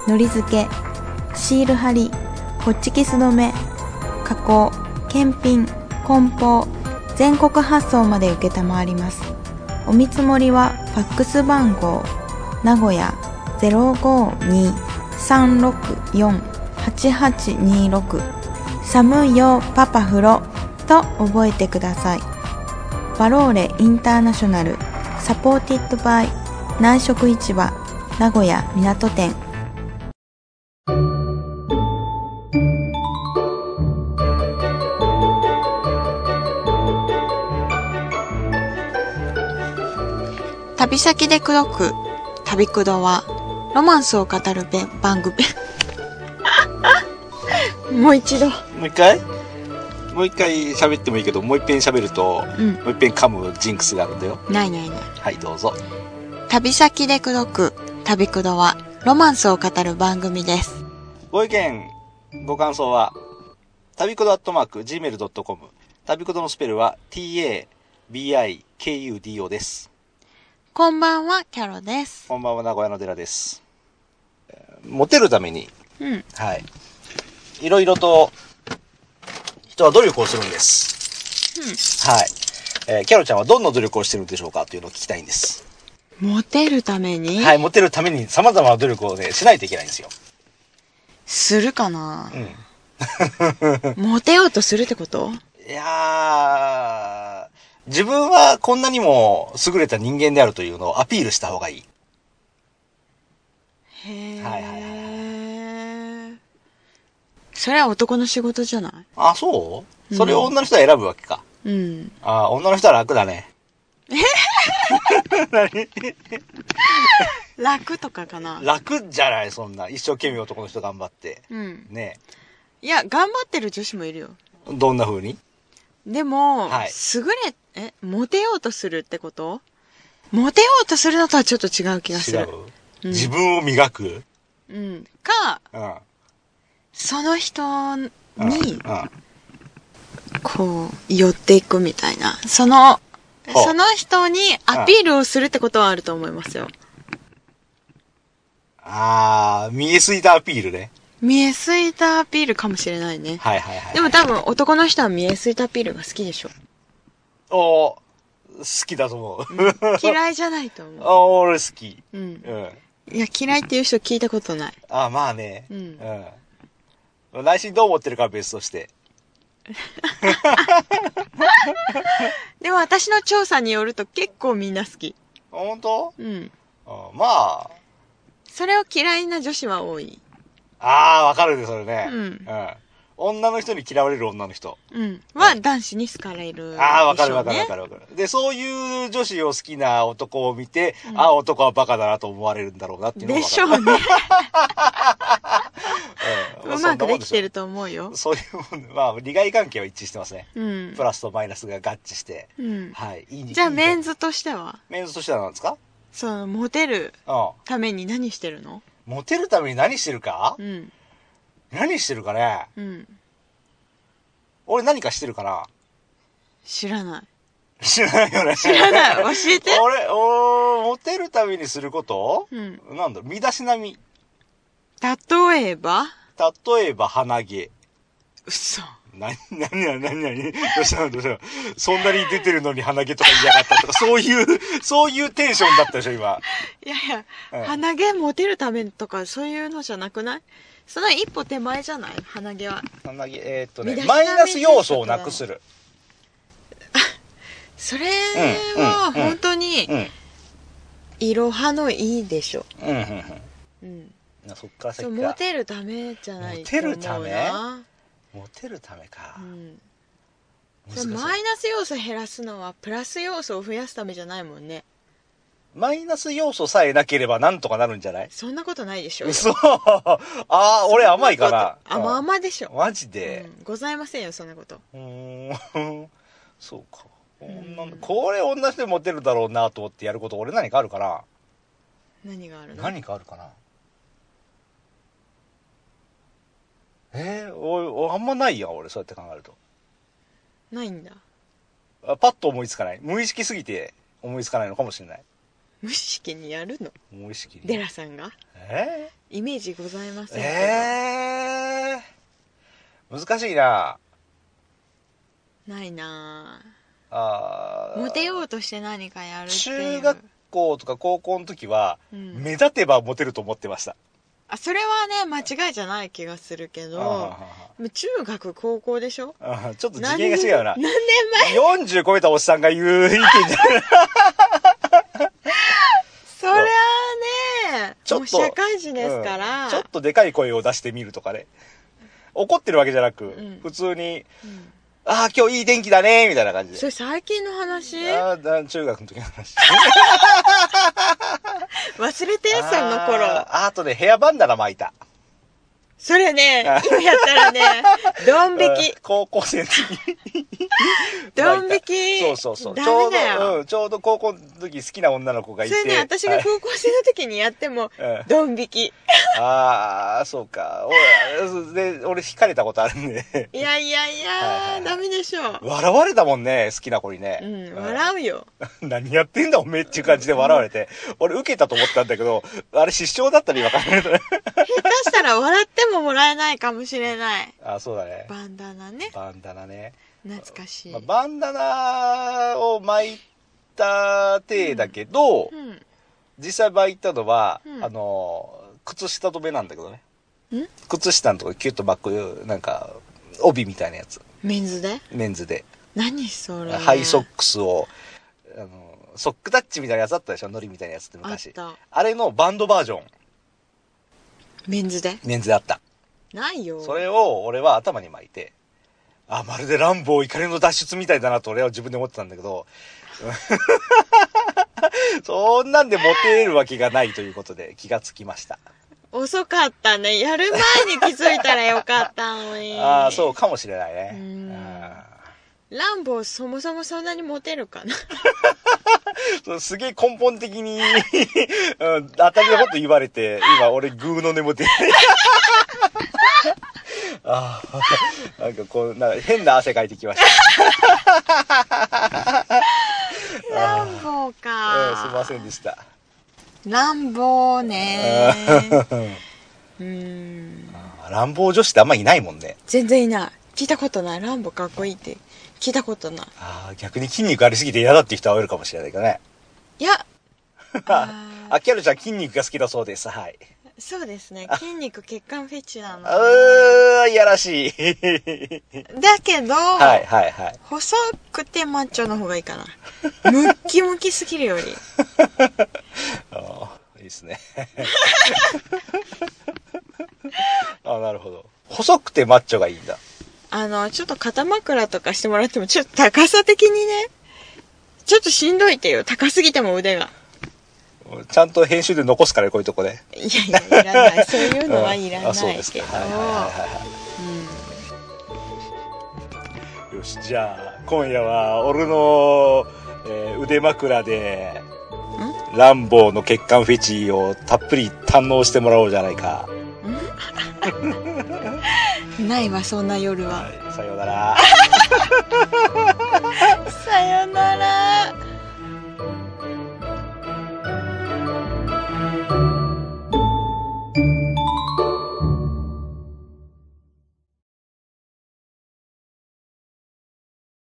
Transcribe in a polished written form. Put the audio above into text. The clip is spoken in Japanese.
のり付け、シール貼り、ホッチキス止め、加工、検品、梱包、全国発送まで承ります。お見積もりはファックス番号名古屋 052-364-8826 寒いよパパ風呂と覚えてください。バローレインターナショナルサポーティッドバイ南食市場名古屋港店。旅先で口説く旅くどはロマンスを語る番組もう一度もう一回喋ってもいいけど、もう一遍喋ると、もう一遍噛むジンクスがあるんだよ。 ない。 はい、どうぞ。 旅先で口説く旅くどはロマンスを語る番組です。 ご意見ご感想は旅くど@gmail.com、 旅くどのスペルは TABIKUDO です。 こんばんは、キャロです。 こんばんは、名古屋の寺です。モテるために、はい、いろいろと人は努力をするんです。はい。キャロちゃんはどんな努力をしてるんでしょうかというのを聞きたいんです。 モテるために？ はい、モテるために様々な努力をね、しないといけないんですよ。 するかな？モテようとするってこと？ いやー、自分はこんなにも優れた人間であるというのをアピールした方がいい。 へー。 はい。 それは男の仕事じゃない？ あ、そう？それを女の人は選ぶわけか。あ、女の人は楽だね。何？ 楽とかかな？楽じゃない、そんな。一生懸命男の人頑張って。ね。 いや、頑張ってる女子もいるよ。 どんな風に？ でも、モテようとするってこと？モテようとするのとはちょっと違う気がする。 自分を磨く？ その人に、こう、寄っていくみたいな。その人にアピールをするってことはあると思いますよ。 見えすいたアピールね。 見えすいたアピールかもしれないね。でも多分男の人は見えすいたアピールが好きでしょ。 好きだと思う。 嫌いじゃないと思う。 俺好き。いや、嫌いっていう人聞いたことない。 まあね。内心どう思ってるかは別として。 でも私の調査によると結構みんな好き。 本当？まあ。 それを嫌いな女子は多い。 わかるね、それね。女の人に嫌われる女の人。 は男子に好かれる。 わかる。で、そういう女子を好きな男を見て、男はバカだなと思われるんだろうなっていうのが分かる。 でしょうね。うまくできてると思うよ。 そういうもん、利害関係は一致してますね。プラスとマイナスが合致して。はい。 じゃあメンズとしては？ メンズとしては何ですか？ モテるために何してるの？ モテるために何してるか？何してるかね？俺何かしてるかな？ 知らない。 知らないよね。 知らない。教えて。 俺、モテるためにすること？なんだろう、身だしなみ。 例えば鼻毛。 嘘。 何どうしたそんなに出てるのに鼻毛とか言いやがったとか、そういうテンションだったでしょ、今。 いや、鼻毛モテるためとかそういうのじゃなくない？その一歩手前じゃない？鼻毛は。 鼻毛、マイナス要素をなくする。 それは本当に、いろはのいいでしょ。 そっから先か。 モテるためじゃないと思うな。 モテるためか。 マイナス要素減らすのはプラス要素を増やすためじゃないもんね。 マイナス要素さえなければなんとかなるんじゃない？ そんなことないでしょ。 嘘。俺甘いかな。 甘でしょ。 マジで。 ございませんよ、そんなこと。 そうか。これ同じでモテるだろうなと思ってやること俺何かあるかな？ 何があるの？ 何かあるかな？俺あんまないや、俺そうやって考えると。 ないんだ。 パッと思いつかない。無意識すぎて思いつかないのかもしれない。 無意識にやるの？ 無意識に。 デラさんが？ イメージございませんけど。難しいな。 ないな。 あ、 モテようとして何かやるっていう。 中学校とか高校の時は、目立てばモテると思ってました。 それはね、間違いじゃない気がするけど、中学高校でしょ。 ちょっと次元が違うな。 何年前 ?40 超えたおっさんが言う意見じゃない。 そりゃあね、もう社会人ですから、 ちょっとでかい声を出してみるとかね。怒ってるわけじゃなく、普通に、ああ、今日いい天気だねみたいな感じで。 それ最近の話？ 中学の時の話。 忘れてよ、その頃。 あとね、ヘアバンダナ巻いた。 それね、今やったらね、ドン引き。 高校生の時に。 ドン引き。 そう。 ダメだよ。 ちょうど高校の時好きな女の子がいて。 それね、私が高校生の時にやっても、ドン引き。 そうか。俺惹かれたことあるんで。 いや、ダメでしょ。 笑われたもんね、好きな子にね。 笑うよ。 何やってんだおめえっていう感じで笑われて。俺受けたと思ったんだけど、あれ失笑だったり分かんない。下手したら笑ってももらえないかもしれない。 そうだね。 バンダナね。懐かしい。 バンダナを巻いた体だけど、実際巻いたのは、靴下止めなんだけどね。靴下のとこキュッと巻く、なんか、帯みたいなやつ。 メンズで。何それ。 ハイソックスを、ソックタッチみたいなやつあったでしょ、ノリみたいなやつって昔。あれのバンドバージョン。 メンズであった。 ないよ。 それを俺は頭に巻いて、まるでランボー怒りの脱出みたいだなと俺は自分で思ってたんだけど、そんなんでモテるわけがないということで気がつきました。 遅かったね。やる前に気づいたらよかったのに。 そうかもしれないね。 ランボーそもそもそんなにモテるかな。すげえ根本的に当たりのこと言われて、今俺グーの根も出ない。なんかこう、なんか変な汗かいてきました。 ランボーか。 すいませんでした。 ランボーね。 ランボー女子ってあんまいないもんね。 全然いない。聞いたことない。ランボーかっこいいって聞いたことない。 逆に筋肉ありすぎて嫌だっていう人はいるかもしれないけどね。 いや。 キャルちゃん筋肉が好きだそうです。はい。 そうですね。筋肉血管フェチなの。 いやらしい。 だけど、 はい。 細くてマッチョの方がいいかな。ムッキムキすぎるより。 いいですね。なるほど。細くてマッチョがいいんだ。 ちょっと肩枕とかしてもらっても、ちょっと高さ的にね、ちょっとしんどいってよ。高すぎても腕が。 ちゃんと編集で残すからこういうとこで。 いらない。そういうのはいらないけど。 そうですか。よし、じゃあ、今夜は俺の、腕枕で、ランボーの血管フェチをたっぷり堪能してもらおうじゃないか。 ないわ、そんな夜は。 さようなら。 さようなら。